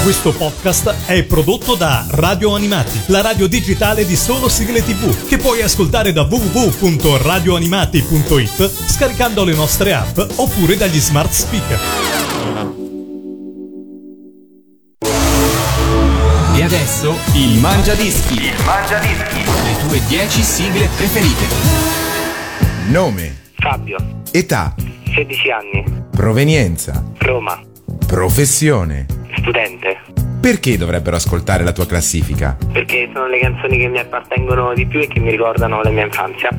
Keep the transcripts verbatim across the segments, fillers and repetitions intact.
Questo podcast è prodotto da Radio Animati, la radio digitale di solo sigle tivù, che puoi ascoltare da w w w punto radio animati punto i t scaricando le nostre app oppure dagli smart speaker. E adesso il Mangiadischi. Il Mangiadischi. Le tue dieci sigle preferite. Nome. Fabio. Età. sedici anni. Provenienza. Roma. Professione. Studente. Perché dovrebbero ascoltare la tua classifica? Perché sono le canzoni che mi appartengono di più e che mi ricordano la mia infanzia.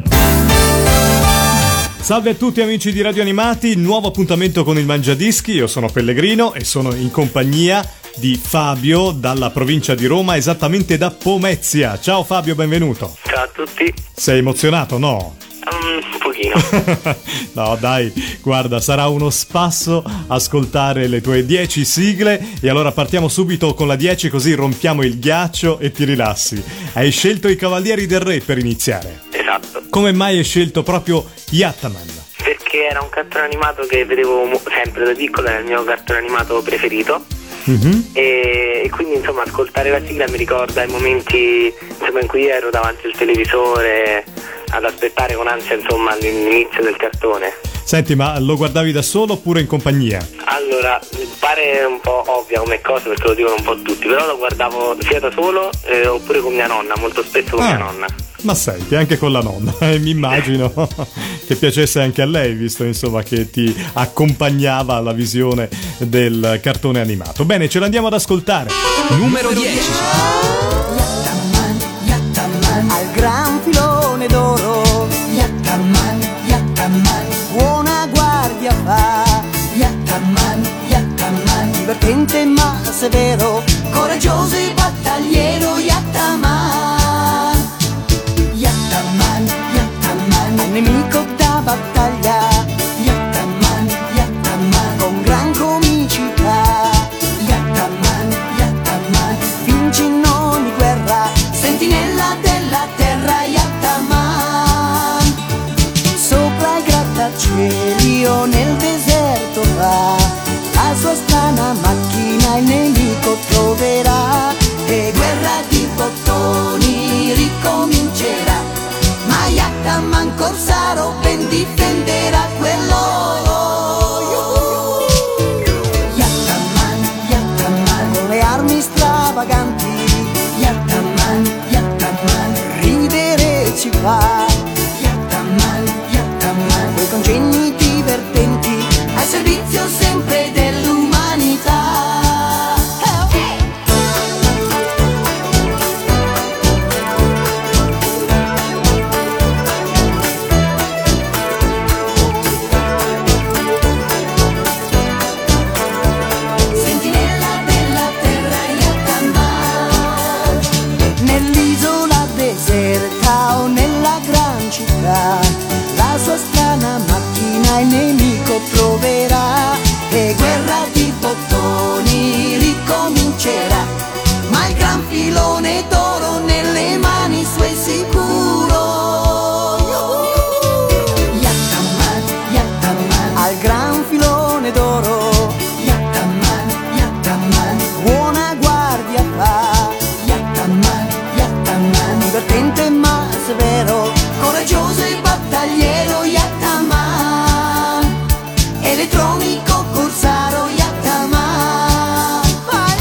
Salve a tutti amici di Radio Animati, nuovo appuntamento con il Mangiadischi. Io sono Pellegrino e sono in compagnia di Fabio dalla provincia di Roma, esattamente da Pomezia. Ciao Fabio, benvenuto. Ciao a tutti. Sei emozionato, no? Um, un pochino. No dai, guarda, sarà uno spasso ascoltare le tue dieci sigle. E allora partiamo subito con la dieci, così rompiamo il ghiaccio e ti rilassi. Hai scelto i Cavalieri del Re per iniziare. Esatto. Come mai hai scelto proprio Yattaman? Perché era un cartone animato che vedevo mo- sempre da piccolo, era il mio cartone animato preferito. Mm-hmm. E, e quindi insomma ascoltare la sigla mi ricorda i momenti insomma in cui ero davanti al televisore ad aspettare con ansia insomma l'inizio del cartone. Senti, ma lo guardavi da solo oppure in compagnia? Allora, pare un po' ovvia come cosa perché lo dicono un po' tutti, però lo guardavo sia da solo eh, oppure con mia nonna, molto spesso con ah, mia nonna. Ma senti, anche con la nonna, eh, mi immagino che piacesse anche a lei, visto insomma che ti accompagnava alla visione del cartone animato. Bene, ce l'andiamo ad ascoltare. Numero dieci. Yattaman, Yattaman, al gran filone d'oro. Yattaman, Yattaman, buona guardia fa. Yattaman, Yattaman, divertente ma severo, coraggioso e battagliero. Yattaman, Yattaman, Yattaman, al nemico da battaglia. Yattaman, Yattaman, con gran comicità. Yattaman, Yattaman, vince in ogni guerra, sentinella della terra. Yattaman, sopra i grattacieli o nel deserto va, la sua strana macchina il nemico troverà, e guerra di bottoni ricomincerà, ma Yattaman corsaro ben difenderà quell'oro. Yattaman, Yattaman, con le armi stravaganti. Yattaman, Yattaman, ridere ci fa. Yattaman, Yattaman, quei congegni divertenti al servizio sempre dell'umanità. Sentinella della terra. Yattaman, nell'isola deserta o nella gran città, la sua strana macchina il nemico troverà, e guerra di bottoni ricomincerà, ma il gran filone d'oro nelle mani sue sicuro. Yattaman, Yattaman, al gran filone d'oro. Yattaman, Yattaman, buona guardia fa. Yattaman, Yattaman, divertente ma severo, coraggioso e battagliero. Yattaman, elettronico corsaro. Yattaman, vai.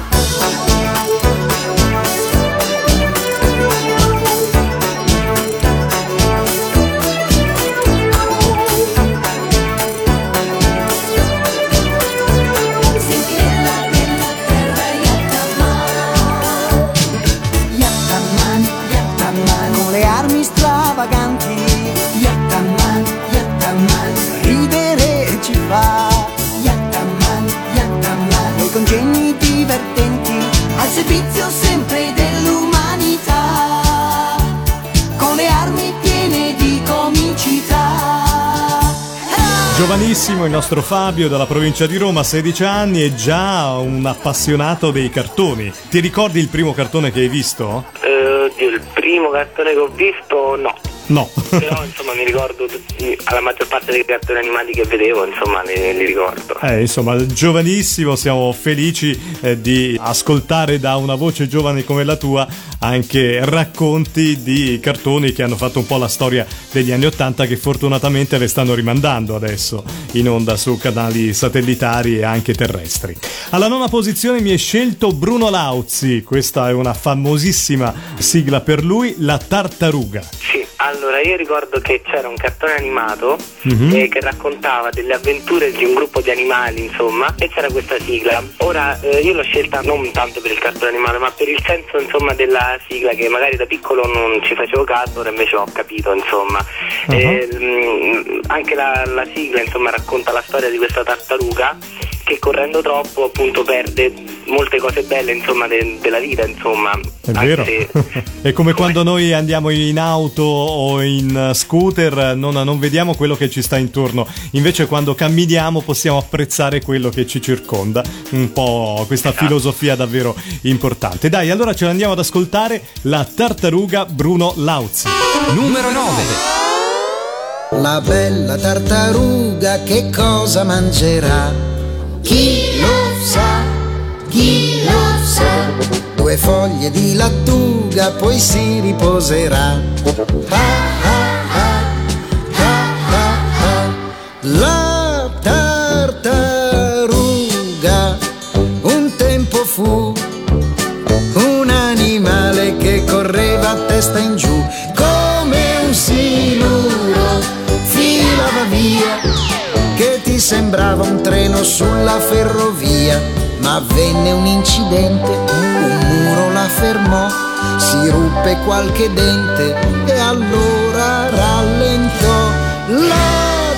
Sentinella della terra. Yattaman, Yattaman, Yattaman, con le armi stravaganti. Yattaman, Yattaman, ridere ci fa. Yattaman, Yattaman, quei congegni divertenti al servizio sempre dell'umanità, con le armi piene di comicità. Giovanissimo il nostro Fabio dalla provincia di Roma, sedici anni e già un appassionato dei cartoni. Ti ricordi il primo cartone che hai visto? Eh, oddio, il primo cartone che ho visto no. No. Però insomma mi ricordo tutti, alla maggior parte dei cartoni animati che vedevo, insomma li, li ricordo. Eh, insomma, giovanissimo, siamo felici eh, di ascoltare da una voce giovane come la tua anche racconti di cartoni che hanno fatto un po' la storia degli anni Ottanta, che fortunatamente le stanno rimandando adesso in onda su canali satellitari e anche terrestri. Alla nona posizione mi è scelto Bruno Lauzi, questa è una famosissima sigla per lui, La Tartaruga. Sì, allora io ricordo che c'era un cartone animato Mhm. eh, che raccontava delle avventure di un gruppo di animali, insomma, e c'era questa sigla. Ora eh, io l'ho scelta non tanto per il cartone animato, ma per il senso, insomma, della sigla, che magari da piccolo non ci facevo caso, ora invece ho capito, insomma. Uh-huh. Eh, mh, anche la, la sigla, insomma, racconta la storia di questa tartaruga che correndo troppo appunto perde molte cose belle, insomma, de- della vita, insomma. È vero. Se... È come quando noi andiamo in auto o in scooter, non, non vediamo quello che ci sta intorno, invece quando camminiamo possiamo apprezzare quello che ci circonda. Un po' questa filosofia davvero importante. Dai, allora ce l'andiamo ad ascoltare, La Tartaruga, Bruno Lauzi. Numero nove. La bella tartaruga che cosa mangerà? Chi lo sa, chi lo sa? Due foglie di lattuga poi si riposerà. Ah, ah, ah, ah, ah, ah. La tartaruga un tempo fu un animale che correva a testa in giù come un siluro, filava via che ti sembrava un treno sulla ferrovia, ma avvenne un incidente, un muro la fermò, si ruppe qualche dente e allora rallentò. La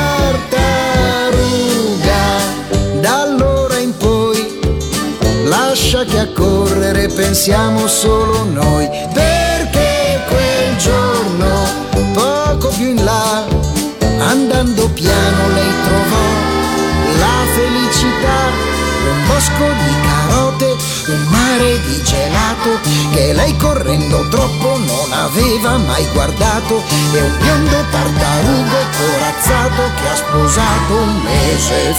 tartaruga da allora in poi lascia che a correre pensiamo solo noi, perché quel giorno poco più in là, andando piano, lei trovò la felicità, un bosco di carote, un mare di gelato che lei correndo troppo non aveva mai guardato, e un biondo tartarugo corazzato che ha sposato un mese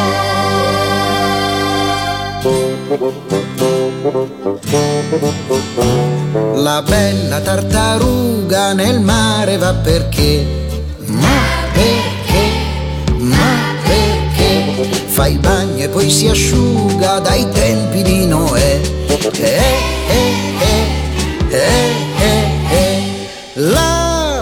fa. La bella tartaruga nel mare va perché, ma perché, ma perché fa il bagno e poi si asciuga dai tempi di Noè. Eh, eh, eh, eh, eh, eh. La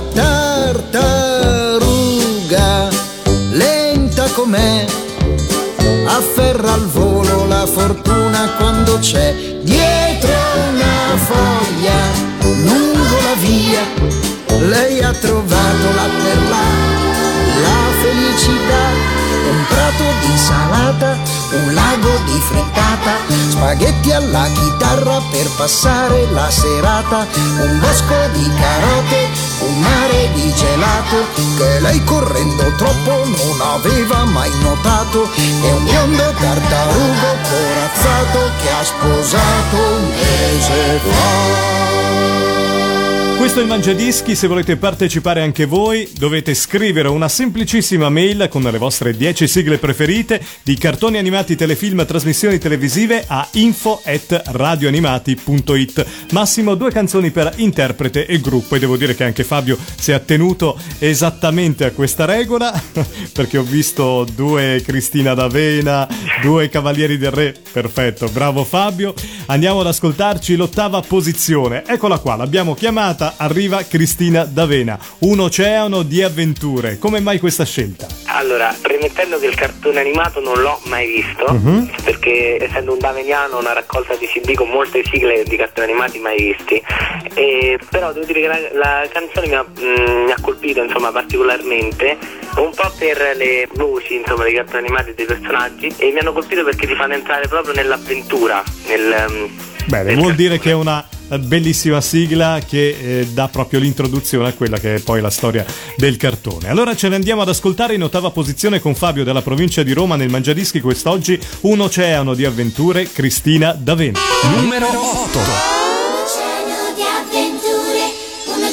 tartaruga lenta com'è afferra al volo la fortuna quando c'è dietro una foglia lungo la via. Lei ha trovato là per là la felicità, un prato di salata, un lago di frittata, spaghetti alla chitarra per passare la serata, un bosco di carote, un mare di gelato che lei correndo troppo non aveva mai notato, e un biondo tartarugo corazzato che ha sposato un mese fa. Questo è il Mangiadischi, se volete partecipare anche voi dovete scrivere una semplicissima mail con le vostre dieci sigle preferite di cartoni animati, telefilm, trasmissioni televisive a info at radioanimati punto it. Massimo due canzoni per interprete e gruppo, e devo dire che anche Fabio si è attenuto esattamente a questa regola perché ho visto due Cristina D'Avena, due Cavalieri del Re, perfetto, bravo Fabio. Andiamo ad ascoltarci l'ottava posizione, eccola qua, l'abbiamo chiamata, arriva Cristina D'Avena, Un oceano di avventure. Come mai questa scelta? Allora, premettendo che il cartone animato non l'ho mai visto, uh-huh. perché essendo un daveniano, una raccolta di C D con molte sigle di cartoni animati mai visti, e, però devo dire che la, la canzone mi ha, mh, mi ha colpito, insomma, particolarmente, un po' per le voci, insomma, dei cartoni animati e dei personaggi, e mi hanno colpito perché ti fanno entrare proprio nell'avventura, nel... Um, Bene, vuol dire che è una bellissima sigla che eh, dà proprio l'introduzione a quella che è poi la storia del cartone. Allora ce ne andiamo ad ascoltare in ottava posizione con Fabio della provincia di Roma nel Mangiadischi quest'oggi Un oceano di avventure, Cristina D'Avena. Numero otto. Un oceano di avventure, un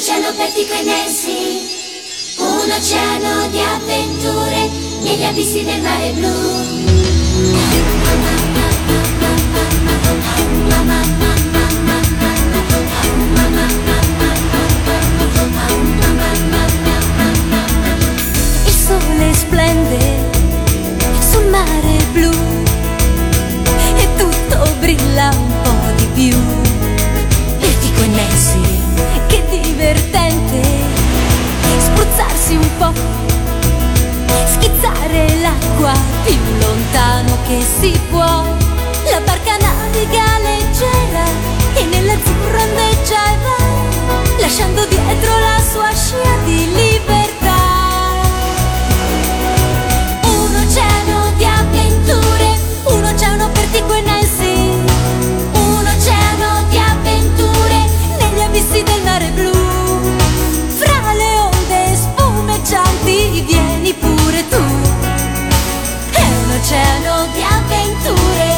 oceano aperti coi Nancy, un oceano di avventure negli abissi del mare blu. Il sole splende sul mare blu e tutto brilla un po' di più. Vertigo e Nancy, che divertente, spruzzarsi un po', schizzare l'acqua più lontano che si può. La barca naviga leggera e nell'azzurro ondeggia e va, lasciando dietro la sua scia di libertà. Un oceano di avventure, un oceano Vertigo e Nancy, un oceano di avventure negli abissi del mare blu. Fra le onde spumeggianti vieni pure tu, è un oceano di avventure.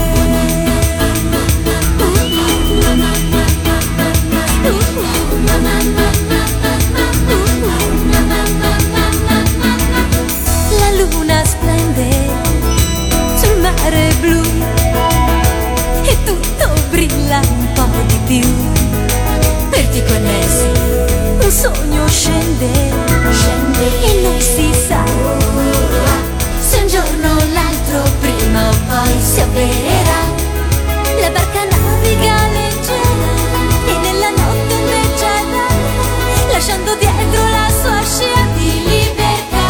La luna splende sul mare blu e tutto brilla un po' di più. Vertigo e Nancy, un sogno scende, scende e non si sa se un giorno o l'altro prima o poi si avvererà. La barca naviga leggera e nella notte ondeggia e va, lasciando dietro la sua scia di libertà.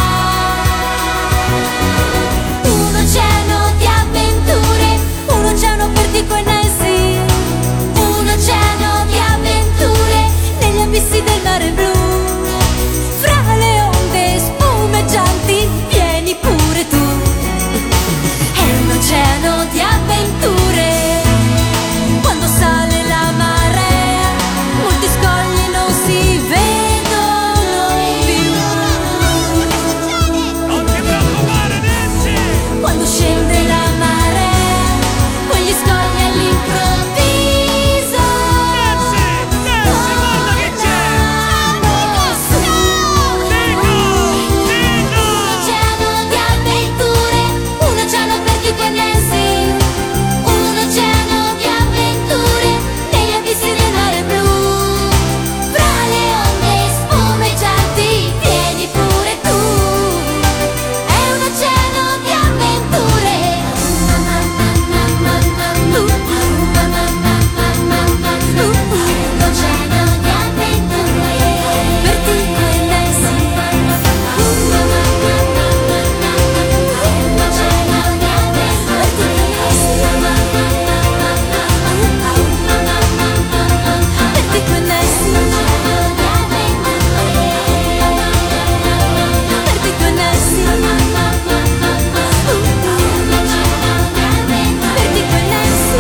Un oceano di avventure, un oceano Vertigo e Nancy, un oceano di avventure negli abissi del mare blu. Fra le onde spumeggianti vieni pure tu, è un oceano di avventure. Quando sale la marea, molti scogli non si vedono più. Non ti preoccupare, Nancy! Quando scende la marea, quegli scogli all'improvviso tornano su. Un oceano di avventure, un oceano Vertigo e Nancy, un oceano di avventure negli abissi del mare blu. Fra le onde spumeggianti vieni pure tu, è un oceano di avventure. Un oceano di avventure, Vertigo e Nancy, un oceano di Vertigo e Nancy, Vertigo e Nancy, Vertigo e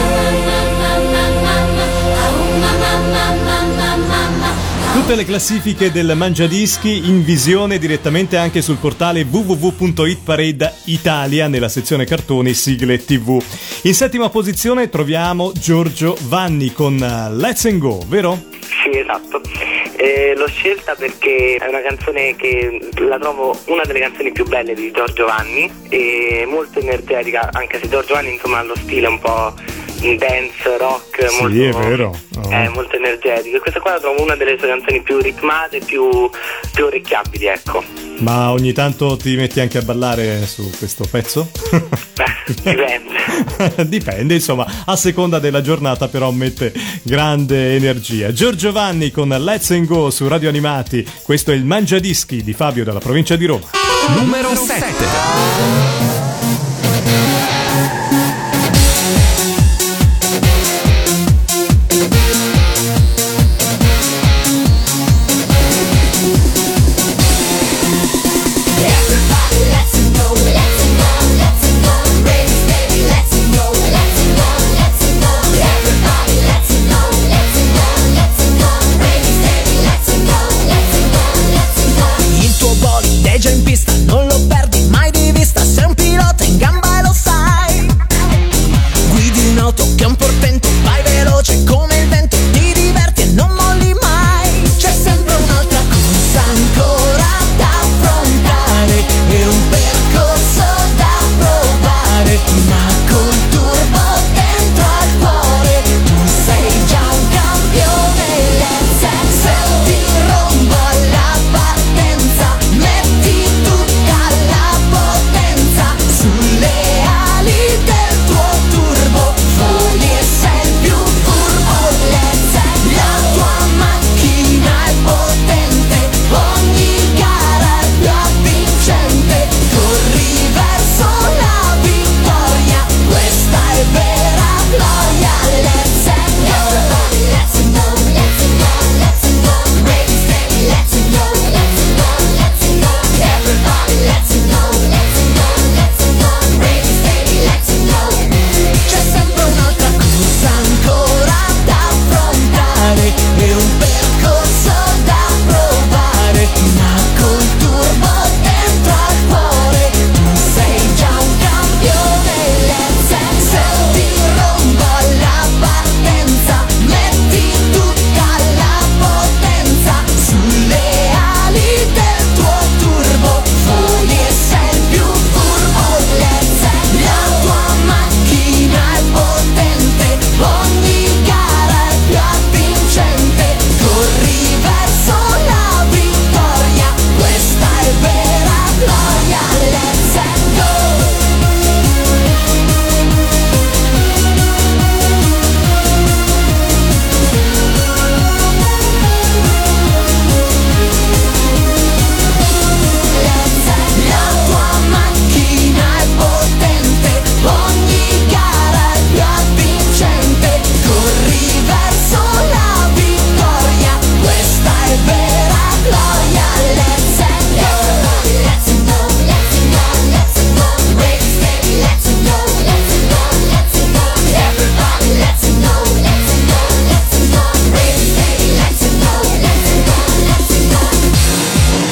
Tutte le classifiche del Mangiadischi in visione direttamente anche sul portale w w w punto hit parade italia nella sezione cartoni, sigle tivù. In settima posizione troviamo Giorgio Vanni con Let's and Go, vero? Sì, esatto. Eh, l'ho scelta perché è una canzone che la trovo una delle canzoni più belle di Giorgio Vanni e molto energetica, anche se Giorgio Vanni insomma ha lo stile un po' dance, rock, Sì, molto, è vero. Oh. è molto energetico, e questa qua la trovo una delle sue canzoni più ritmate, più, più orecchiabili, ecco. Ma ogni tanto ti metti anche a ballare su questo pezzo? Beh, dipende. Dipende, insomma, a seconda della giornata, però mette grande energia. Giorgio Vanni con Let's and Go su Radio Animati. Questo è il Mangiadischi di Fabio dalla provincia di Roma. Numero sette. Il tuo body è già in pista, non lo perdi mai di vista. Sei un pilota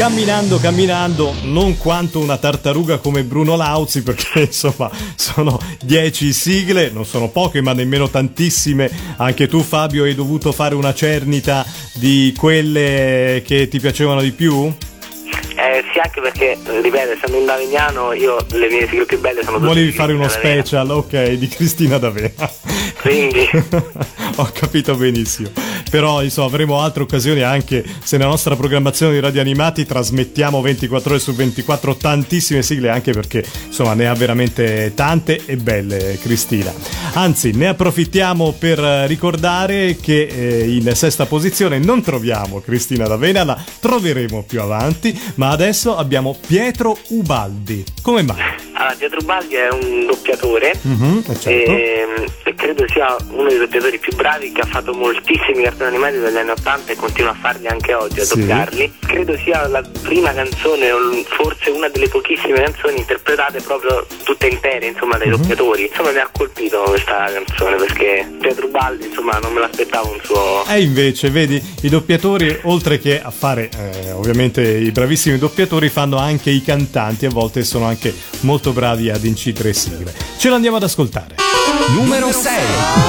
camminando, camminando, non quanto una tartaruga come Bruno Lauzi, perché insomma sono dieci sigle, non sono poche ma nemmeno tantissime. Anche tu, Fabio, hai dovuto fare una cernita di quelle che ti piacevano di più? Eh, sì, anche perché, ripeto, essendo un davignano, io le mie sigle più belle sono tutte. Volevi fare uno special, ok, di Cristina D'Avena. Quindi ho capito benissimo. Però insomma avremo altre occasioni, anche se nella nostra programmazione di Radio Animati trasmettiamo ventiquattro ore su ventiquattro tantissime sigle, anche perché insomma ne ha veramente tante e belle Cristina. Anzi, ne approfittiamo per ricordare che eh, in sesta posizione non troviamo Cristina D'Avena, la troveremo più avanti, ma adesso abbiamo Pietro Ubaldi. Come mai? Allora, Pietro Ubaldi è un doppiatore, mm-hmm, certo. e, e credo sia uno dei doppiatori più bravi, che ha fatto moltissimi cartoni animati dagli anni ottanta e continua a farli anche oggi, a sì. doppiarli. Credo sia la prima canzone, o forse una delle pochissime canzoni interpretate proprio tutte intere, insomma, dai mm-hmm. doppiatori. Insomma, mi ha colpito questa canzone, perché Pietro Ubaldi, insomma, non me l'aspettavo un suo... E invece, vedi, i doppiatori, oltre che a fare eh, ovviamente i bravissimi doppiatori, fanno anche i cantanti, a volte sono anche molto bravi ad incidere sigle. Ce l'andiamo ad ascoltare. Numero sei.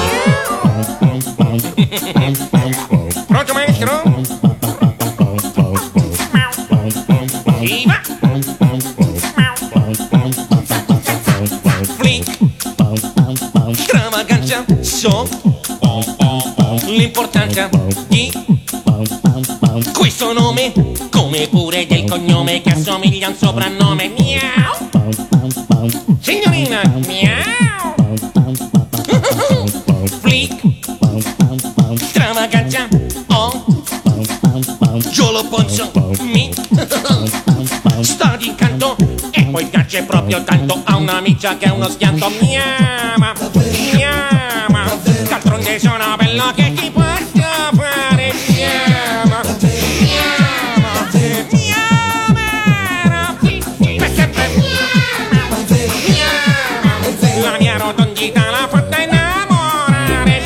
Pronto, maestro? Viva! Flink, stravaganza, so l'importanza di questo nome, come pure del cognome che assomiglia a un soprannome. Miau! Signorina, miau! Flick, stravaganza, oh, io lo penso, mi sta di canto e poi piace proprio tanto a un'amica che è uno schianto. Miama, miama, d'altronde sono bello che ti posso fare. Miama, miama, miama, per sempre. La mia rotondita la fatta innamorare.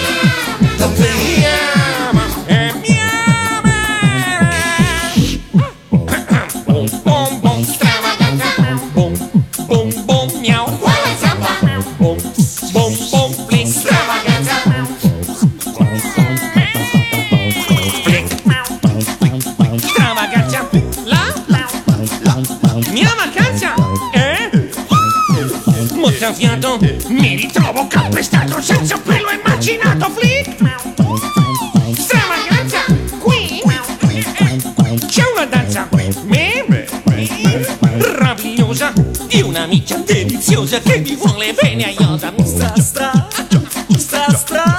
Miama e miama. Bom bom bom stravaganza. Bom bom bom miau. Bom bom bom flick stravaganza. Flick stravaganza. La mia vacanza, eh? Molto fiato, mi ritrovo calpestato, senza pelo e macinato. Flick stravaganza, qui c'è una danza me, meravigliosa di un'amica deliziosa che mi vuole bene, aiuta. Mi sta stra, sta stra,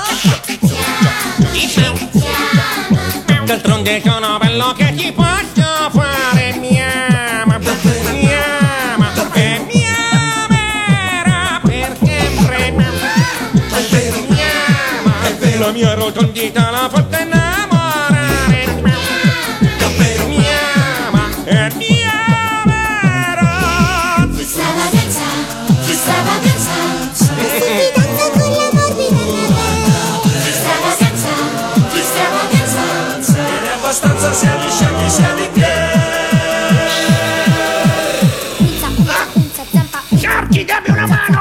d'altronde sono bello che ti posso fare. Mi ama, mi ama e mi amerà per sempre. Mi ama, la mia rotondita la fatta innamorare. Mi ama e mi amerà. Stravaganza, stravaganza, stupidanza con la morbida nera. Stravaganza, stravaganza, è abbastanza se li scegli, se li Sciarchi, dammi una mano!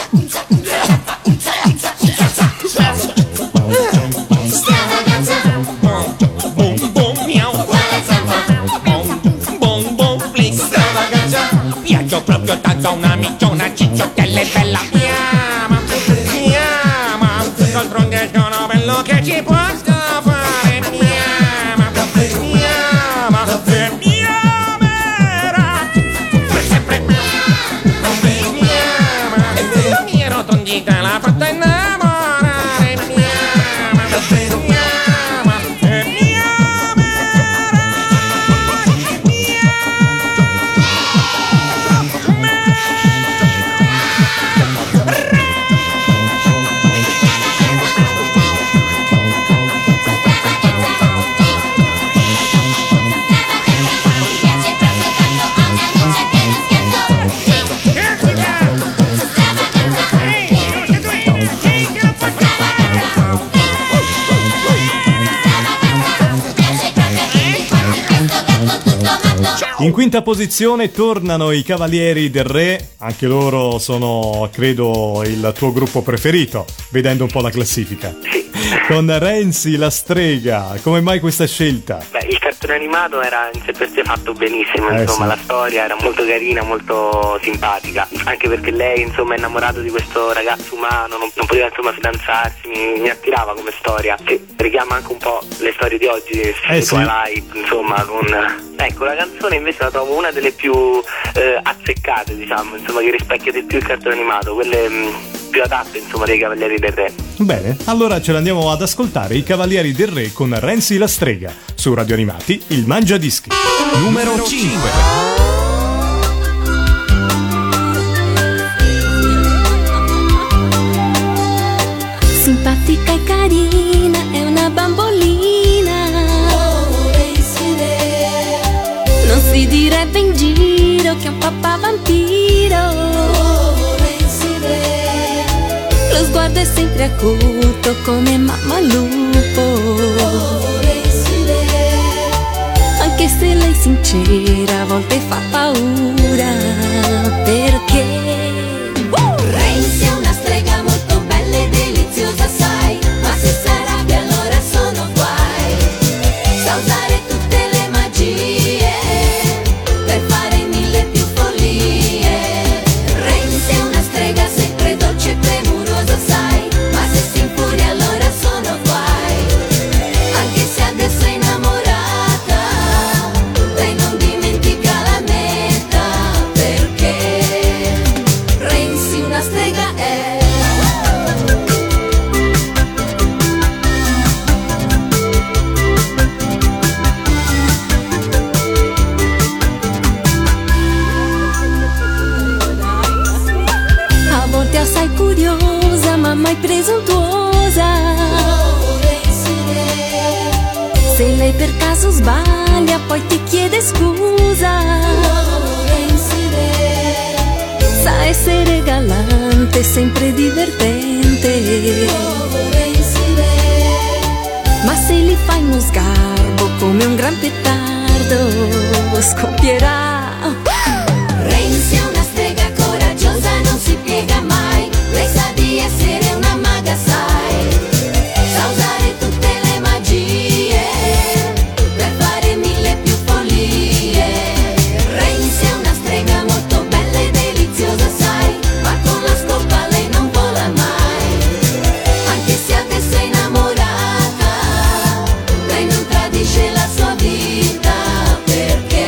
Bom bom miau. Bom bom bom flick stravaganza. Piaggio proprio tanto a una micciona cicciottella e bella. Mi ama, mi ama, d'altronde sono bello che ci posso fare. Mi ama, mi ama e mi amerà per sempre. Mi ama, la mia rotondita la fatta innamorare. Mi ama, mi ama e mi amerà. Mi ama. In quinta posizione tornano i Cavalieri del Re, anche loro sono, credo, il tuo gruppo preferito, vedendo un po' la classifica. Sì. Con Renzi la strega, come mai questa scelta? Beh, il cartone animato era in sé per sé fatto benissimo, Eh, insomma, sì. la storia era molto carina, molto simpatica, anche perché lei, insomma, è innamorato di questo ragazzo umano, non, non poteva, insomma, fidanzarsi, mi, mi attirava come storia, che richiama anche un po' le storie di oggi, Eh, sì. Twilight, insomma, con... Ecco, la canzone invece la trovo una delle più eh, azzeccate, diciamo, insomma, che rispecchia di più il cartone animato, quelle mh, più adatte, insomma, dei Cavalieri del Re. Bene, allora ce l'andiamo ad ascoltare, i Cavalieri del Re con Renzi la strega, su Radio Animati, il Mangiadischi. Numero cinque. Simpatica e carina, è una bambolina. Non si direbbe in giro che è un papà vampiro. Lo sguardo è sempre acuto come mamma lupo. Anche se lei è sincera, a volte fa paura. Perché Renzi è una strega molto bella e deliziosa, sai, ma se si arrabbia allora sono guai. Sa usare tutte le magie per fare mille più follie. Renzi è una strega sempre dolce e premurosa, sai, ma se si infuria allora sono guai. Anche se adesso è innamorata, lei non dimentica la meta, perché Renzi una strega è. a volte assai curiosa ma mai presuntuosa. Se lei per caso sbaglia poi ti chiede scusa. Sa essere galante, sempre divertente. Ma se li fai uno sgarbo come un gran petardo, scoppierà. Renzi è una strega coraggiosa, non si piega mai. Lei sa di essere una maga, sai. Sa usare tutte le magie per fare mille più follie. Renzi è una strega molto bella e deliziosa, sai, ma con la scopa lei non vola mai. Anche se adesso è innamorata, lei non tradisce la sua vita, perché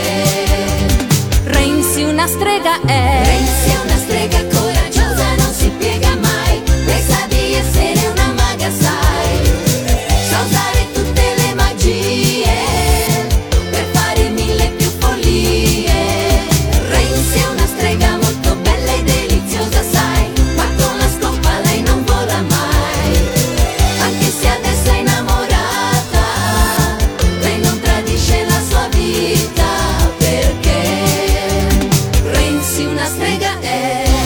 Renzi una strega è. Renzi è una strega coraggiosa, non si piega mai. Lei sa di essere una maga, sai. Sa usare tutte le magie per fare mille più follie. Renzi è una strega molto bella e deliziosa, sai, ma con la scopa lei non vola mai. Anche se adesso è innamorata, lei non tradisce la sua vita, perché Renzi una strega è.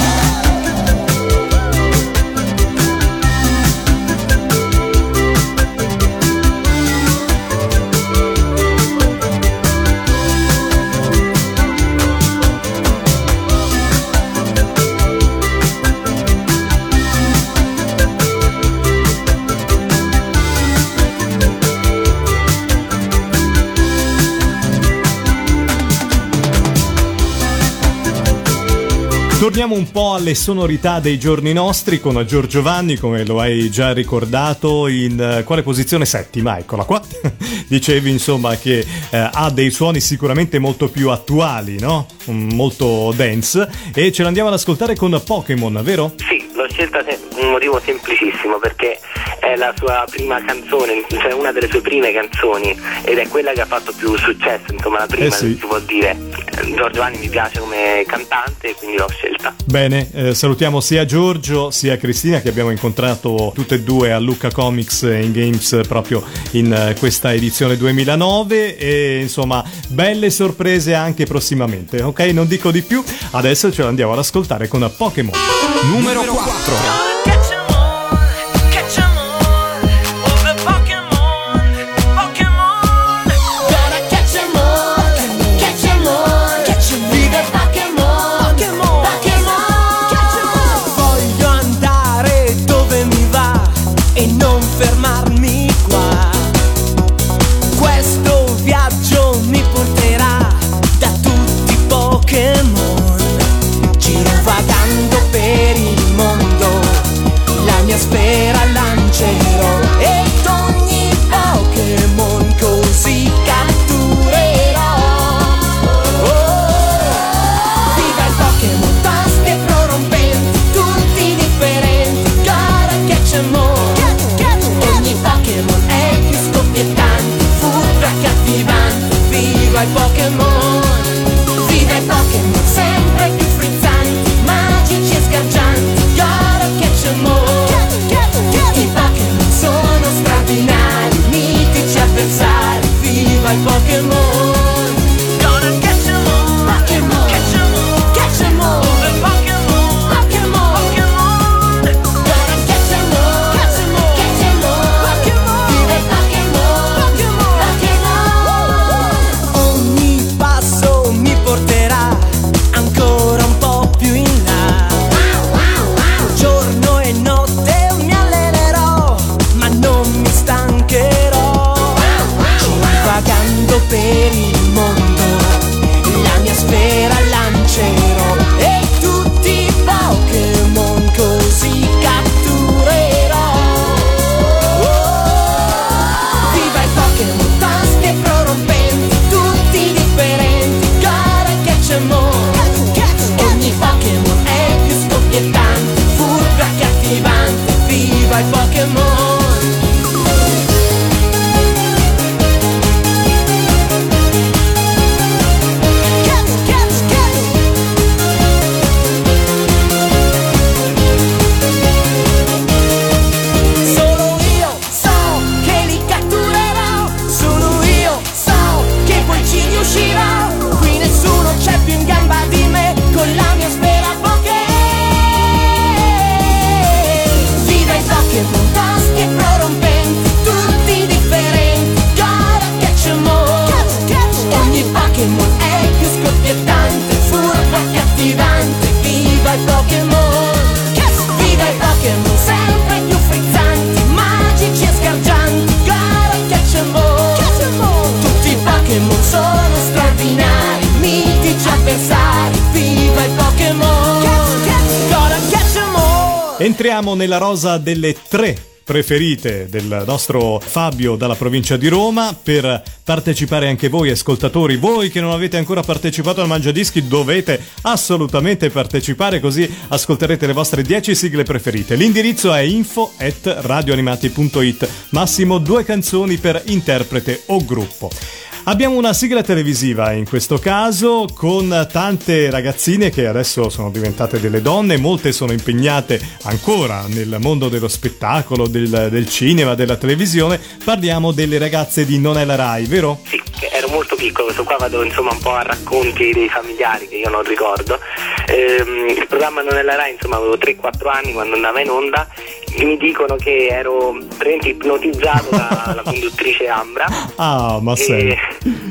Torniamo un po' alle sonorità dei giorni nostri con Giorgio Vanni, come lo hai già ricordato, in eh, quale posizione? Settima, eccola qua. Dicevi insomma che eh, ha dei suoni sicuramente molto più attuali, no? Mm, molto dance, e ce l'andiamo ad ascoltare con Pokémon, vero? Sì, l'ho scelta per un motivo semplicissimo, perché è la sua prima canzone, cioè una delle sue prime canzoni, ed è quella che ha fatto più successo, insomma la prima, Eh sì. si può dire. Giorgio Vanni mi piace come cantante e quindi l'ho scelta. Bene, eh, salutiamo sia Giorgio sia Cristina, che abbiamo incontrato tutte e due a Lucca Comics in Games proprio in eh, questa edizione duemilanove, e insomma belle sorprese anche prossimamente, ok? Non dico di più, adesso ce l'andiamo ad ascoltare con Pokémon. Numero quattro. Gonna catch 'em all, catch 'em all. fermarmi qua. Questo viaggio mi porterà da tutti i Pokémon, girovagando per il mondo, la mia sfera lancerò ed ogni Pokémon così catturerò. Oh, viva il Pokémon, tosti e prorompenti, tutti differenti, gotta catch 'em all. Ogni Pokémon è più scoppiettante, furbo e accattivante, viva il Pokémon. Viva il Pokémon, sempre più frizzanti, magici e sgargianti, gotta catch 'em all. I Pokémon sono straordinari, mitici avversari, viva il Pokémon. Gotta catch 'em all, Pokémon, catch 'em all, catch 'em all. Pokémon, Pokémon, Pokémon. Gotta catch 'em all, catch 'em all, catch 'em all. Pokémon, viva il Pokémon, Pokémon, Pokémon. Ogni passo mi porterà ancora un po' più in là. Giorno e notte mi allenerò, ma non mi stancherò. Vagando per il mondo, la mia sfera lancerò e tutti i Pokémon così catturerò. Oh, viva il Pokémon, tosti e prorompenti, tutti differenti, gotta catch 'em all. Ogni Pokémon è più scoppiettante, furbo e accattivante, viva il Pokémon. Solo io so che li catturerò, solo io so che poi ci riuscirò. Qui nessuno c'è più in gamba di me, con la mia sfera Poké. Viva i Pokémon, tosti e prorompenti, tutti differenti, gotta catch 'em all. Ogni Pokémon è più scoppiettante, furbo e cattivante, viva il Pokémon. Viva i Pokémon, sempre più frizzanti, magici e sgargianti, gotta catch 'em all. Tutti i Pokémon sono straordinari, mitici avversari, viva il Pokémon. Gotta catch 'em all. Entriamo nella rosa delle tre preferite del nostro Fabio dalla provincia di Roma. Per partecipare anche voi ascoltatori, voi che non avete ancora partecipato al Mangiadischi, dovete assolutamente partecipare, così ascolterete le vostre dieci sigle preferite. L'indirizzo è info at radioanimati punto it, massimo due canzoni per interprete o gruppo. Abbiamo una sigla televisiva in questo caso, con tante ragazzine che adesso sono diventate delle donne, molte sono impegnate ancora nel mondo dello spettacolo, del, del cinema, della televisione. Parliamo delle ragazze di Non è la Rai, vero? Sì, ero molto piccolo, questo qua vado insomma un po' a racconti dei familiari che io non ricordo. Ehm, il programma Non è la Rai, insomma avevo tre quattro anni quando andava in onda. Mi dicono che ero praticamente ipnotizzato dalla conduttrice Ambra. Ah, ma sei. E,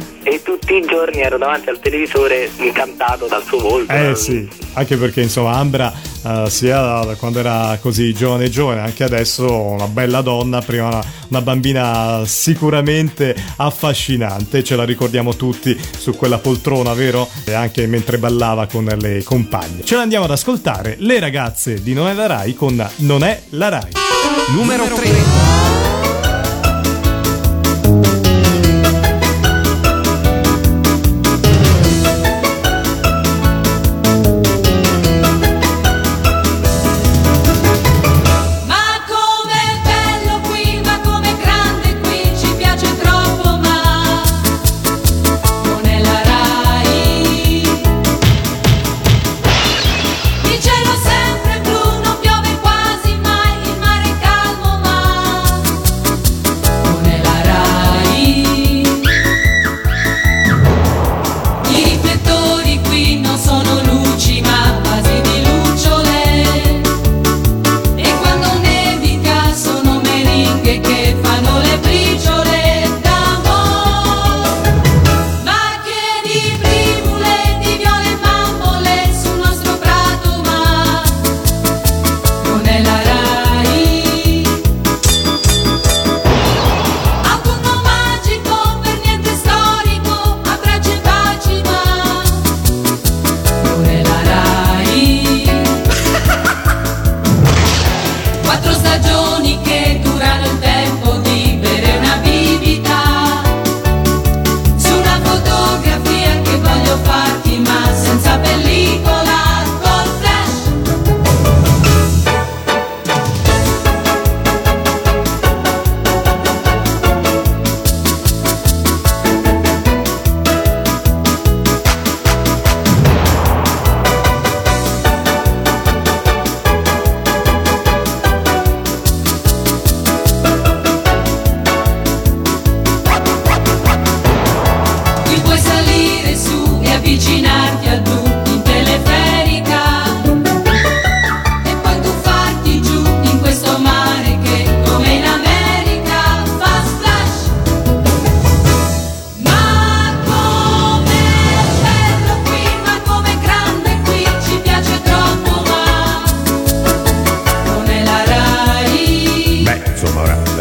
e tutti i giorni ero davanti al televisore incantato dal suo volto. Eh sì, anche perché insomma Ambra uh, sia da quando era così giovane giovane, anche adesso una bella donna, prima una, una bambina sicuramente affascinante, ce la ricordiamo tutti su quella poltrona, vero? E anche mentre ballava con le compagne. Ce l'andiamo ad ascoltare, le ragazze di Non è la Rai con Non è la Rai. Numero tre. Il cielo sempre blu, non piove quasi mai, il mare calmo ma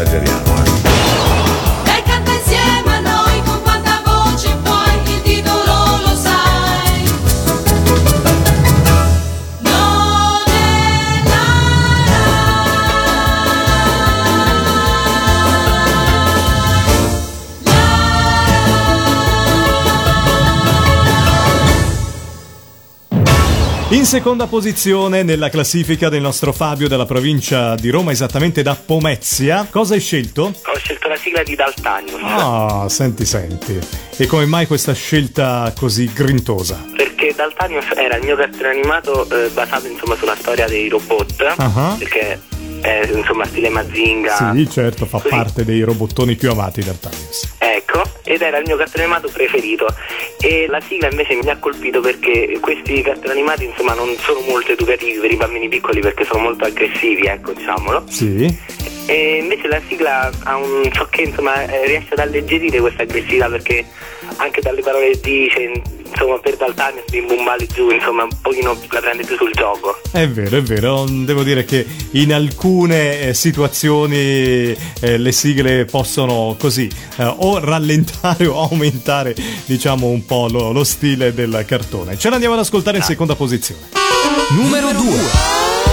esageriamo, eh. Dai, canta insieme a noi con quanta voce puoi, il titolo lo sai. Non è la In seconda posizione nella classifica del nostro Fabio della provincia di Roma, esattamente da Pomezia. Cosa hai scelto? Ho scelto la sigla di Daltanius. Ah, senti, senti. E come mai questa scelta così grintosa? Perché Daltanius era il mio cartone animato eh, basato insomma sulla storia dei robot. Ah. Perché è insomma stile Mazinga. Sì, certo, fa Così. parte dei robottoni più amati da Daltanius. Ecco, ed era il mio cartone animato preferito. E la sigla invece mi ha colpito perché questi cartoni animati insomma non sono molto educativi per i bambini piccoli, perché sono molto aggressivi, ecco, diciamolo. Sì. E invece la sigla ha un so che insomma eh, riesce ad alleggerire questa aggressività, perché anche dalle parole che dice, insomma, per Daltanius Bim Bum Bali giù, insomma, un pochino la prende più sul gioco. È vero, è vero, devo dire che in alcune eh, situazioni eh, le sigle possono così eh, o rallentare o aumentare, diciamo, un po' lo, lo stile del cartone. Ce l'andiamo ad ascoltare in seconda posizione. Numero due.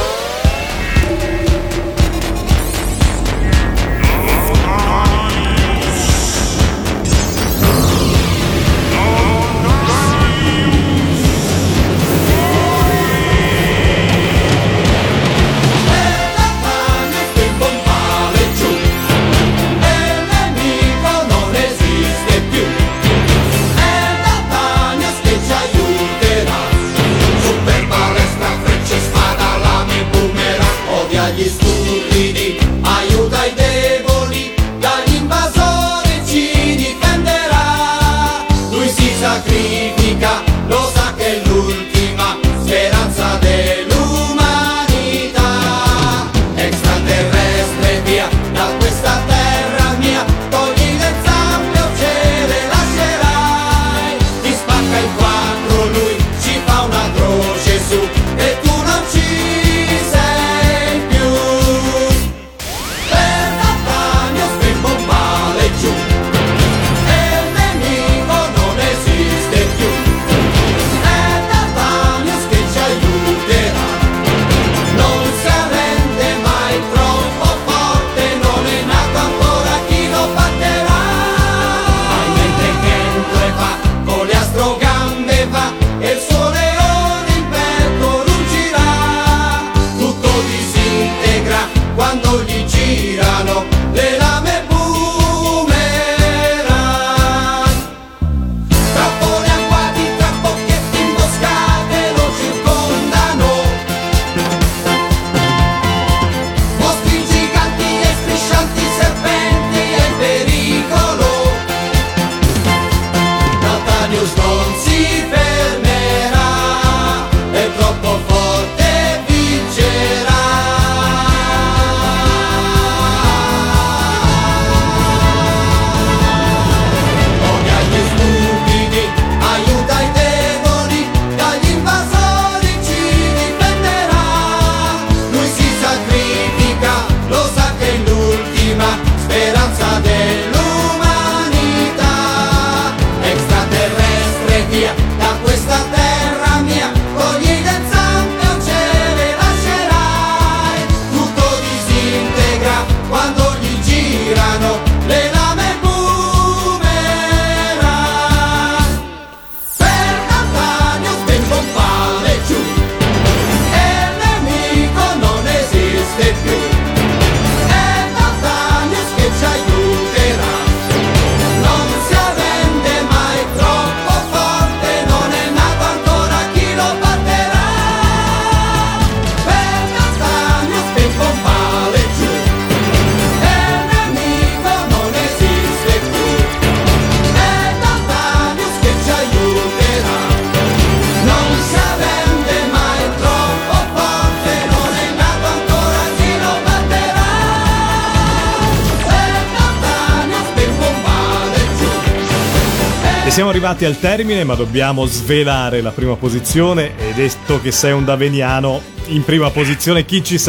Siamo arrivati al termine, ma dobbiamo svelare la prima posizione, e detto che sei un daveniano, in prima posizione chi ci sarà?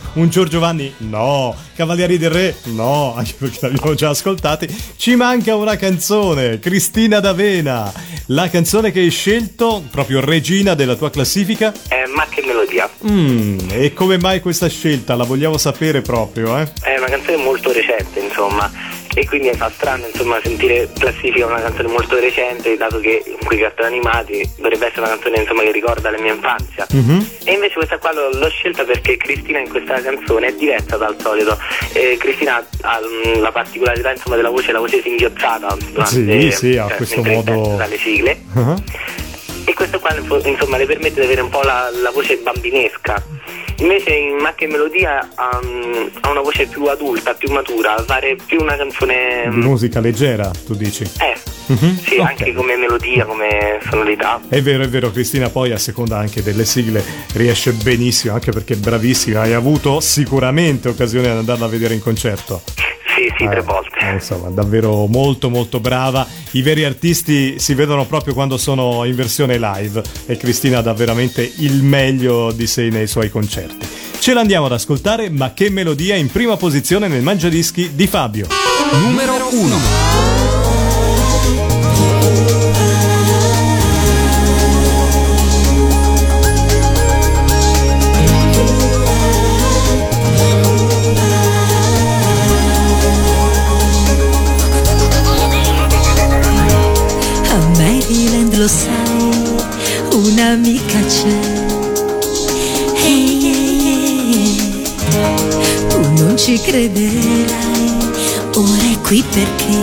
un Giorgiovanni? No. Cavalieri del Re? No, anche perché l'abbiamo già ascoltati. Ci manca una canzone, Cristina D'Avena. La canzone che hai scelto, proprio regina della tua classifica? Eh, ma che melodia. Mm, e come mai questa scelta? La vogliamo sapere proprio, eh? È una canzone molto recente, insomma, e quindi fa strano, insomma, sentire classifica una canzone molto recente, dato che in quei cartoni animati dovrebbe essere una canzone, insomma, che ricorda la mia infanzia. Mm-hmm. E invece questa qua l'ho, l'ho scelta perché Cristina in questa canzone è diversa dal solito. Eh, Cristina ha um, la particolarità, insomma, della voce, la voce singhiozzata durante, sì, sì, ha cioè, questo modo dalle sigle. Uh-huh. E questo qua, insomma, le permette di avere un po' la, la voce bambinesca. Invece in Macchia e Melodia um, ha una voce più adulta, più matura, fare più una canzone di musica leggera, tu dici? Eh, mm-hmm. sì, okay. Anche come melodia, come sonorità. È vero, è vero, Cristina poi a seconda anche delle sigle riesce benissimo, anche perché è bravissima. Hai avuto sicuramente occasione di andarla a vedere in concerto. Sì, sì, eh, tre volte. Eh, insomma, davvero molto molto brava. I veri artisti si vedono proprio quando sono in versione live e Cristina dà veramente il meglio di sé nei suoi concerti. Ce l'andiamo ad ascoltare, ma che melodia, in prima posizione nel Mangiadischi di Fabio. Numero uno. Lo sai, un'amica c'è. Hey, hey, hey. Tu non ci crederai, ora è qui perché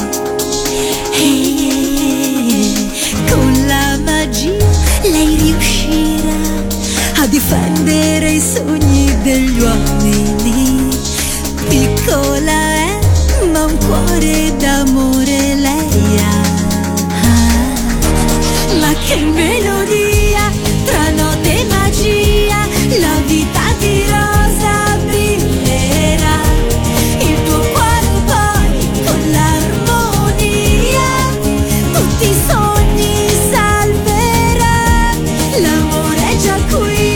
hey, hey, hey. Con la magia lei riuscirà a difendere i sogni degli uomini. Piccola è, ma un cuore d'amore lei ha. Ma che melodia, tra note e magia, la vita di rosa brillerà. Il tuo cuore poi con l'armonia tutti i sogni salverà. L'amore è già qui.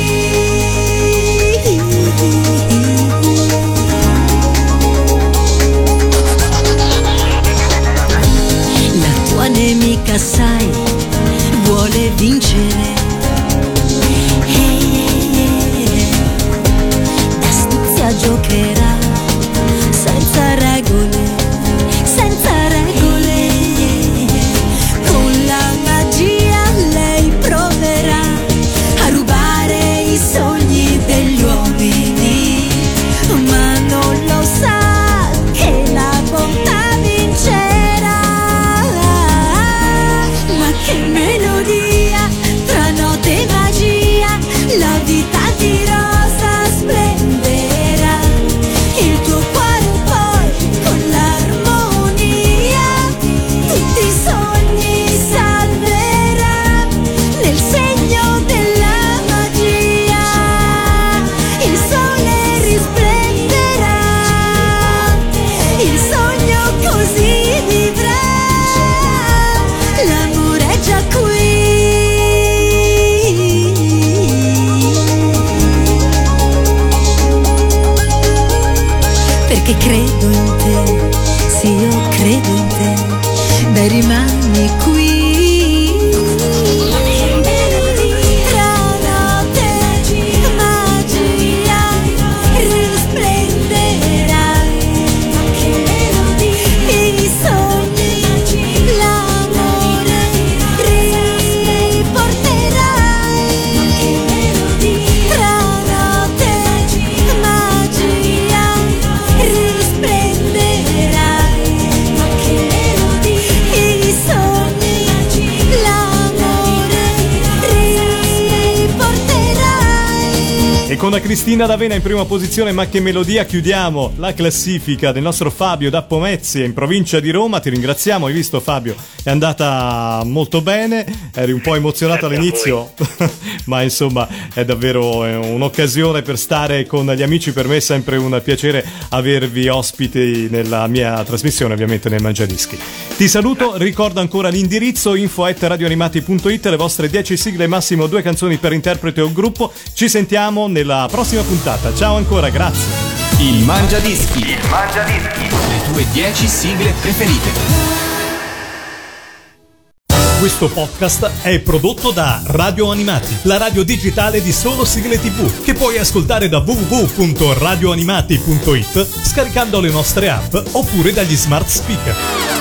La tua nemica sai vuole vincere. Hey, hey, hey. D'astuzia giocherà senza regole, senza regole. Con la magia lei proverà a rubare i sogni degli uomini, ma non lo sa che la bontà vincerà. Ma che melodia, tra note e magia, la vita di rosa splenderà. Il tuo cuore poi con l'armonia tutti i sogni salverà. Nel segno della magia il sole risplenderà. Il sogno così vivrà. L'amore è già qui. Perché credo in te, sì, io credo in te, dai rimani qui. Tra notte e magia risplenderai. I sogni, l'amore riporterai. Tra notte e magia risplenderai. I sogni, l'amore riporterai. E con la Cristina D'Avena in prima posizione, ma che melodia, chiudiamo la classifica del nostro Fabio da Pomezia in provincia di Roma. Ti ringraziamo, hai visto Fabio, è andata molto bene, eri un po' emozionato all'inizio ma insomma è davvero un'occasione per stare con gli amici. Per me è sempre un piacere avervi ospiti nella mia trasmissione, ovviamente nel Mangiadischi. Ti saluto, ricordo ancora l'indirizzo info at radioanimati punto it, le vostre dieci sigle, massimo due canzoni per interprete o gruppo. Ci sentiamo nella alla prossima puntata. Ciao ancora, grazie. Il Mangiadischi. Il Mangiadischi. Le tue dieci sigle preferite. Questo podcast è prodotto da Radio Animati, la radio digitale di solo sigle tivù, che puoi ascoltare da w w w punto radioanimati punto it scaricando le nostre app oppure dagli smart speaker.